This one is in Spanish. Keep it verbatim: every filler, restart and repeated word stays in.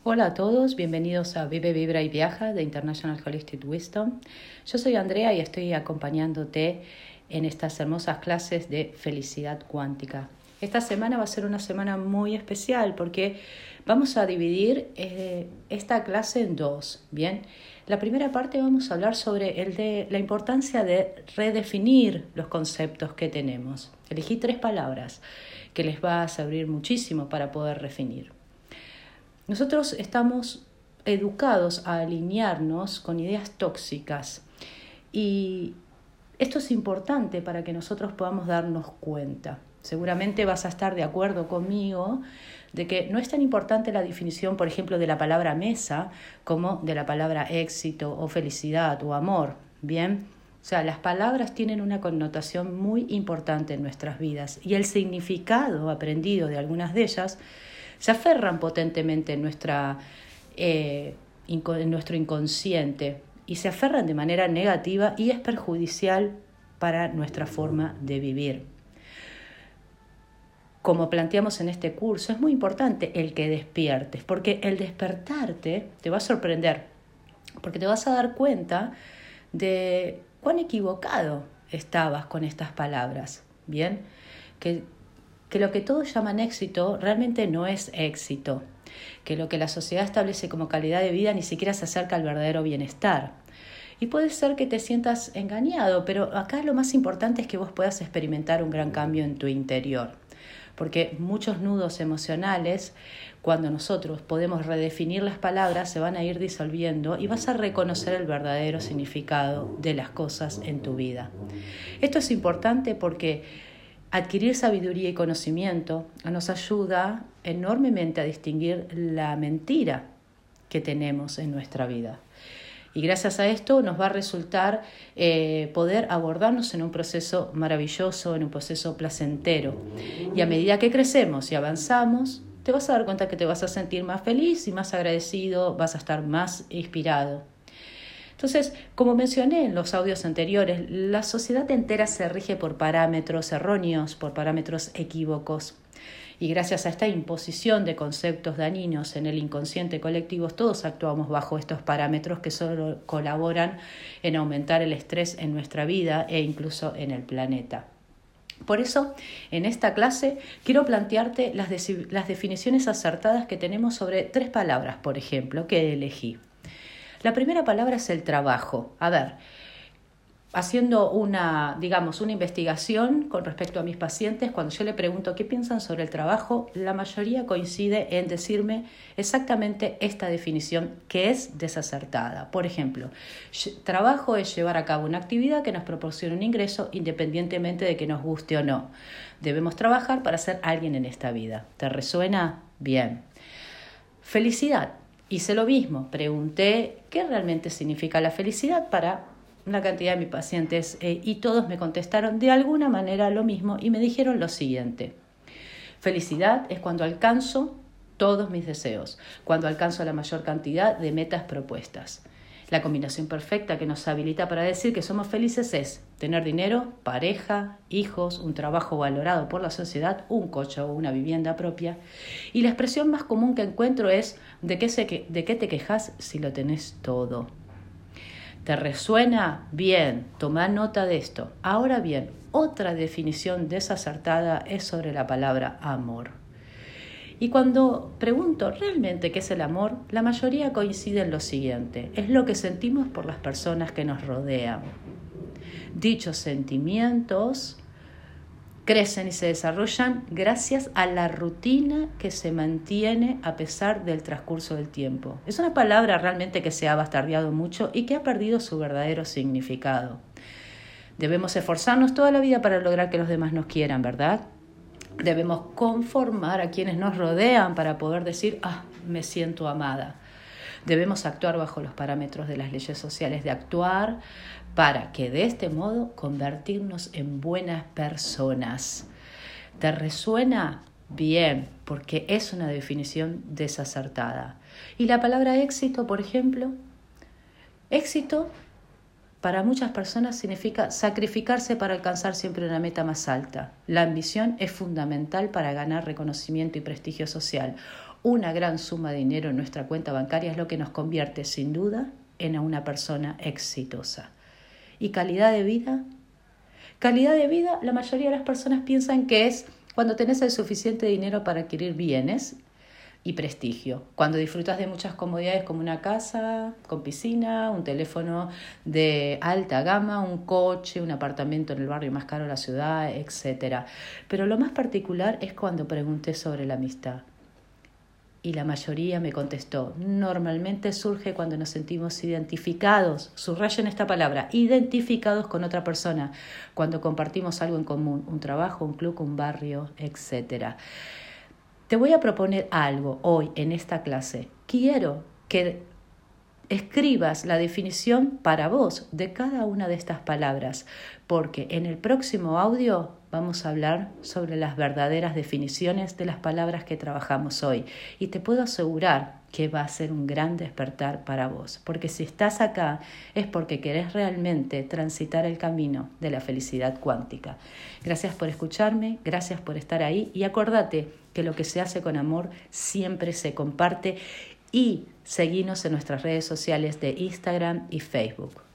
Hola a todos, bienvenidos a Vive, Vibra y Viaja de International Holistic Wisdom. Yo soy Andrea y estoy acompañándote en estas hermosas clases de felicidad cuántica. Esta semana va a ser una semana muy especial porque vamos a dividir eh, esta clase en dos, ¿bien? La primera parte vamos a hablar sobre el de la importancia de redefinir los conceptos que tenemos. Elegí tres palabras que les va a servir muchísimo para poder definir. Nosotros estamos educados a alinearnos con ideas tóxicas y esto es importante para que nosotros podamos darnos cuenta. Seguramente vas a estar de acuerdo conmigo de que no es tan importante la definición, por ejemplo, de la palabra mesa como de la palabra éxito o felicidad o amor, ¿bien? O sea, las palabras tienen una connotación muy importante en nuestras vidas y el significado aprendido de algunas de ellas se aferran potentemente en, nuestra, eh, en nuestro inconsciente y se aferran de manera negativa y es perjudicial para nuestra forma de vivir. Como planteamos en este curso, es muy importante el que despiertes, porque el despertarte te va a sorprender, porque te vas a dar cuenta de cuán equivocado estabas con estas palabras, ¿bien? Que que lo que todos llaman éxito realmente no es éxito, que lo que la sociedad establece como calidad de vida ni siquiera se acerca al verdadero bienestar. Y puede ser que te sientas engañado, pero acá lo más importante es que vos puedas experimentar un gran cambio en tu interior, porque muchos nudos emocionales, cuando nosotros podemos redefinir las palabras, se van a ir disolviendo y vas a reconocer el verdadero significado de las cosas en tu vida. Esto es importante porque adquirir sabiduría y conocimiento nos ayuda enormemente a distinguir la mentira que tenemos en nuestra vida. Y gracias a esto nos va a resultar eh, poder abordarnos en un proceso maravilloso, en un proceso placentero. Y a medida que crecemos y avanzamos, te vas a dar cuenta que te vas a sentir más feliz y más agradecido, vas a estar más inspirado. Entonces, como mencioné en los audios anteriores, la sociedad entera se rige por parámetros erróneos, por parámetros equívocos. Y gracias a esta imposición de conceptos dañinos en el inconsciente colectivo, todos actuamos bajo estos parámetros que solo colaboran en aumentar el estrés en nuestra vida e incluso en el planeta. Por eso, en esta clase, quiero plantearte las, de- las definiciones acertadas que tenemos sobre tres palabras, por ejemplo, que elegí. La primera palabra es el trabajo. A ver, haciendo una, digamos, una investigación con respecto a mis pacientes, cuando yo le pregunto qué piensan sobre el trabajo, la mayoría coincide en decirme exactamente esta definición que es desacertada. Por ejemplo, trabajo es llevar a cabo una actividad que nos proporcione un ingreso independientemente de que nos guste o no. Debemos trabajar para ser alguien en esta vida. ¿Te resuena? Bien. Felicidad. Hice lo mismo, pregunté qué realmente significa la felicidad para una cantidad de mis pacientes eh, y todos me contestaron de alguna manera lo mismo y me dijeron lo siguiente: felicidad es cuando alcanzo todos mis deseos, cuando alcanzo la mayor cantidad de metas propuestas. La combinación perfecta que nos habilita para decir que somos felices es tener dinero, pareja, hijos, un trabajo valorado por la sociedad, un coche o una vivienda propia. Y la expresión más común que encuentro es ¿de qué, se que, de qué te quejas si lo tenés todo? ¿Te resuena? Bien, toma nota de esto. Ahora bien, otra definición desacertada es sobre la palabra amor. Y cuando pregunto realmente qué es el amor, la mayoría coincide en lo siguiente: es lo que sentimos por las personas que nos rodean. Dichos sentimientos crecen y se desarrollan gracias a la rutina que se mantiene a pesar del transcurso del tiempo. Es una palabra realmente que se ha bastardeado mucho y que ha perdido su verdadero significado. Debemos esforzarnos toda la vida para lograr que los demás nos quieran, ¿verdad? Debemos conformar a quienes nos rodean para poder decir, ah, me siento amada. Debemos actuar bajo los parámetros de las leyes sociales de actuar para que de este modo convertirnos en buenas personas. ¿Te resuena? Bien, porque es una definición desacertada. Y la palabra éxito, por ejemplo, éxito para muchas personas significa sacrificarse para alcanzar siempre una meta más alta. La ambición es fundamental para ganar reconocimiento y prestigio social. una gran suma de dinero en nuestra cuenta bancaria es lo que nos convierte sin duda en una persona exitosa. ¿Y calidad de vida? Calidad de vida, la mayoría de las personas piensan que es cuando tenés el suficiente dinero para adquirir bienes y prestigio, cuando disfrutas de muchas comodidades como una casa con piscina, un teléfono de alta gama, un coche, un apartamento en el barrio más caro de la ciudad, etcétera. Pero lo más particular es cuando pregunté sobre la amistad. Y la mayoría me contestó, normalmente surge cuando nos sentimos identificados, subrayen esta palabra, identificados con otra persona, cuando compartimos algo en común, un trabajo, un club, un barrio, etcétera. Te voy a proponer algo hoy en esta clase. Quiero que escribas la definición para vos de cada una de estas palabras, porque en el próximo audio vamos a hablar sobre las verdaderas definiciones de las palabras que trabajamos hoy. Y te puedo asegurar que va a ser un gran despertar para vos, porque si estás acá es porque querés realmente transitar el camino de la felicidad cuántica. Gracias por escucharme, gracias por estar ahí y acordate que lo que se hace con amor siempre se comparte y seguinos en nuestras redes sociales de Instagram y Facebook.